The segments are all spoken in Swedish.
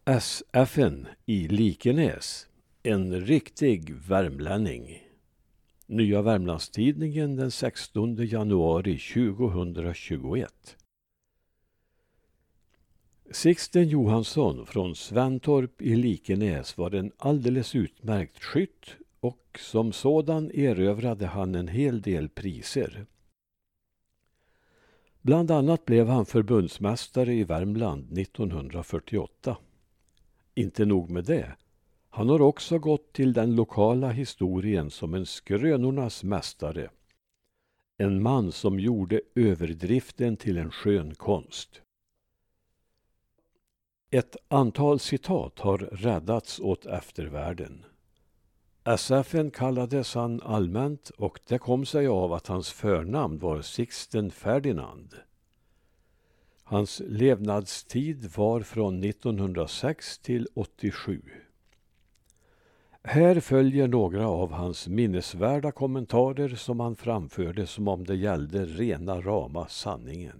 SF:en i Likenäs, en riktig värmlänning. Nya Värmlandstidningen den 16 januari 2021. Sixten Johansson från Sventorp i Likenäs var en alldeles utmärkt skytt och som sådan erövrade han en hel del priser. Bland annat blev han förbundsmästare i Värmland 1948. Inte nog med det. Han har också gått till den lokala historien som en skrönornas mästare. En man som gjorde överdriften till en skön konst. Ett antal citat har räddats åt eftervärlden. SF:en kallades han allmänt och det kom sig av att hans förnamn var Sixten Ferdinand. Hans levnadstid var från 1906 till 87. Här följer några av hans minnesvärda kommentarer som han framförde som om det gällde rena rama sanningen.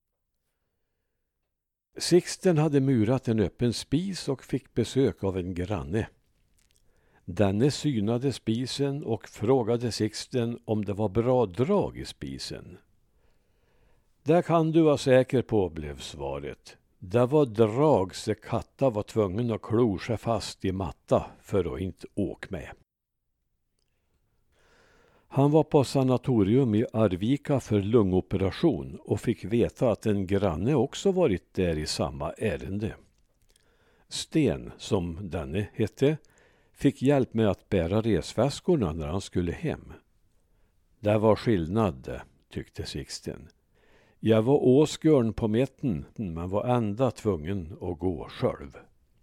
Sixten hade murat en öppen spis och fick besök av en granne. Denne synade spisen och frågade Sixten om det var bra drag i spisen. Det kan du vara säker på, blev svaret. Det var drag så katta var tvungen att klo sig fast i matta för att inte åka med. Han var på sanatorium i Arvika för lungoperation och fick veta att en granne också varit där i samma ärende. Sten, som denne hette, fick hjälp med att bära resväskorna när han skulle hem. Det var skillnad, tyckte Sixten. Jag var åskörn på mitten men var ända tvungen att gå själv.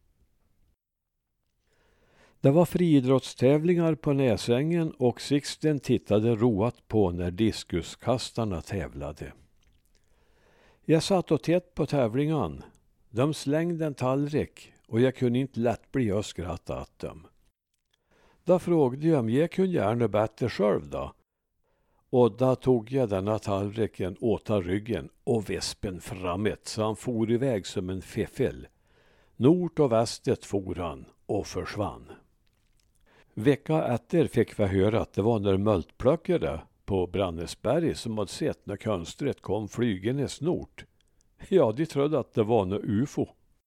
Det var friidrottstävlingar på Näsängen och Sixten tittade roat på när diskuskastarna tävlade. Jag satt och tätt på tävlingen. De slängde en tallrik och jag kunde inte lätt bli och skratta åt dem. Då frågade jag om jag kunde gärna bättre själv då. Och då tog jag denna tallriken åta ryggen och vespen framåt så han for iväg som en fiffel. Nord och västet for han och försvann. Vecka efter fick vi höra att det var när möltplockare på Brannesberg som hade sett när konstret kom flygendes nort. Ja, de trodde att det var något UFO.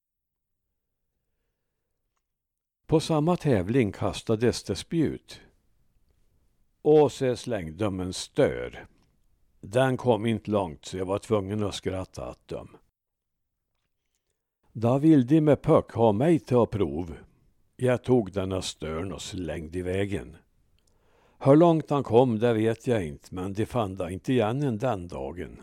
På samma tävling kastades det spjut. Och så slängde de en stör. Den kom inte långt så jag var tvungen att skratta åt dem. Då ville de med puck ha mig till att prov. Jag tog denna störn och slängde i vägen. Hur långt han kom det vet jag inte, men de fann inte igen den dagen.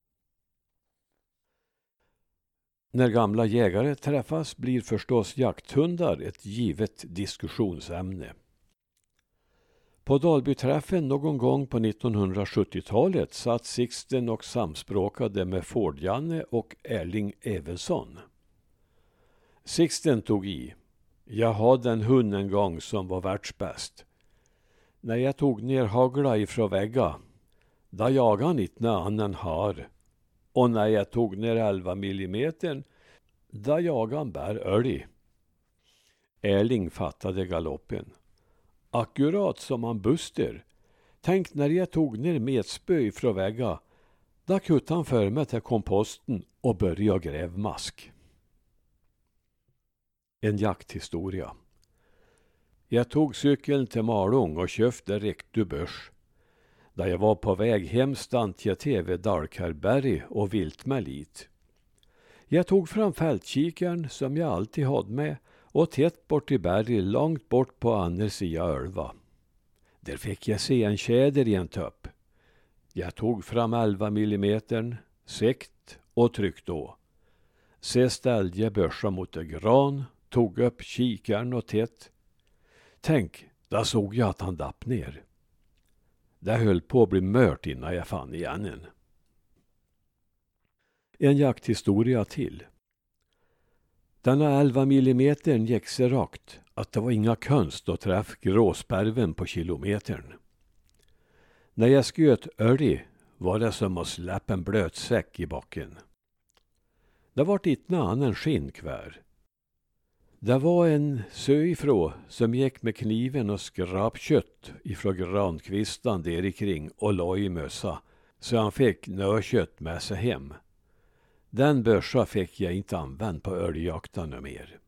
När gamla jägare träffas blir förstås jakthundar ett givet diskussionsämne. På Dalbyträffen någon gång på 1970-talet satt Sixten och samspråkade med Ford-Janne och Erling Evensson. Sixten tog i. Jag hade en hund en gång som var världsbäst. När jag tog ner hagla ifrån vägga, då jagade han inte när annan har. Och när jag tog ner 11 millimeter, då jagade han bär älg. Erling fattade galoppen. Akkurat som han Buster. Tänk när jag tog ner metspö ifrån vägga, då kuttade han för mig till komposten och började grävmask. En jakthistoria. Jag tog cykeln till Malung och köpte riktig börs. Där jag var på väg hem stant jag TV Dalkarberg och vilt mig lit. Jag tog fram fältkikaren som jag alltid hade med och tätt bort i berg långt bort på andra sidan ölva. Där fick jag se en tjäder i en töpp. Jag tog fram 11 millimetern, sikt och tryck då. Se ställde jag börsa mot en gran, tog upp kikaren och tätt. Tänk, där såg jag att han dapp ner. Det höll på att bli mört innan jag fann igen en. En jakthistoria till. Denna 11 millimetern gick så rakt att det var inga konst att träffa gråsperven på kilometern. När jag sköt älg var det som att släppa en blöt säck i backen. Det var inte annan skinnkvär. Det var en söifrå som gick med kniven och skrap kött ifrån grankvistan där i kring och la i mössa, så han fick nökött med sig hem. Den börsa fick jag inte använd på älgjakten mer.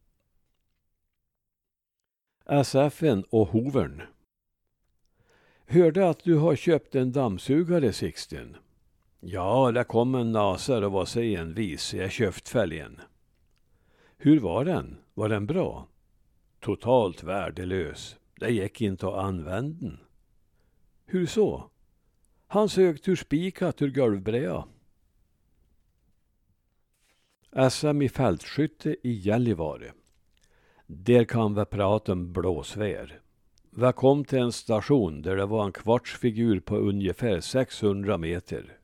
SF:en och hovern. Hörde att du har köpt en dammsugare, Sixten. Ja, det kom en naser och var sig en vis. Jag köpt fälgen. Hur var den? Var den bra? Totalt värdelös. Det gick inte att använda den. Hur så? Han sökte ur spikat ur golvbräa. SM i fältskytte i Gällivare. Där kan vi prata om blåsvär. Vi kom till en station där det var en kvartsfigur på ungefär 600 meter.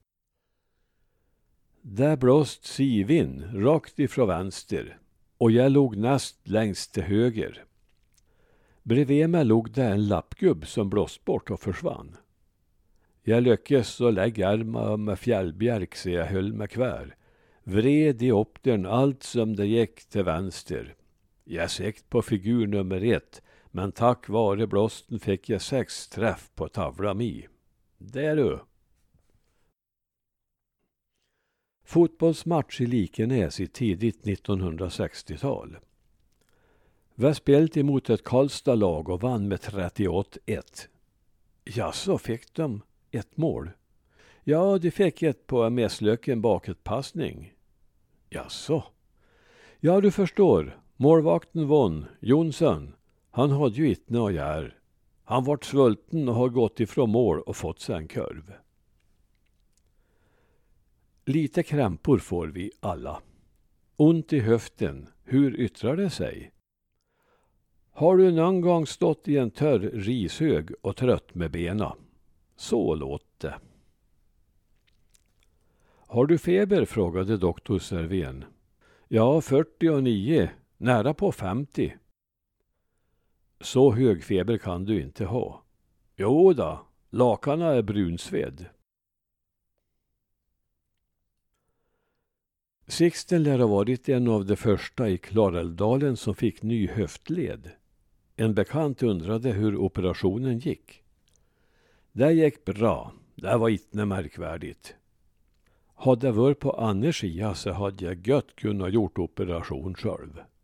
Där blåst sivin rakt ifrån vänster och jag låg näst längst till höger. Bredvid mig låg det en lappgubb som blåst bort och försvann. Jag lyckades så lägga armarna med fjällbjärk så jag höll mig kvar. Vred i upp den allt som det gick till vänster. Jag sikt på figur nummer 1, men tack vare blåsten fick jag 6 träff på tavlan mi. Där du. Fotbollsmatch i Likenäs i tidigt 1960-tal. Vi spelade emot ett Karlstad-lag och vann med 38-1. Ja, så fick de ett mål. Ja, de fick ett på mässlöken bak ett passning. Ja, så. Ja, du förstår. Målvakten vann, Jonsson. Han hade ju inte något göra. Han var svulten och har gått ifrån mål och fått sig en kurv. Lite krämpor får vi alla. Ont i höften. Hur yttrar det sig? Har du någon gång stått i en törr rishög och trött med bena? Så låter det. Har du feber? Frågade doktor Serven. Ja, 49. Nära på 50. Så hög feber kan du inte ha. Jo då, lakarna är brunsved. Sixten lär ha varit en av de första i Klarälvdalen som fick ny höftled. En bekant undrade hur operationen gick. Det gick bra. Det var inte märkvärdigt. Hade jag varit på Anders sida så hade jag gött kunnat gjort operation själv.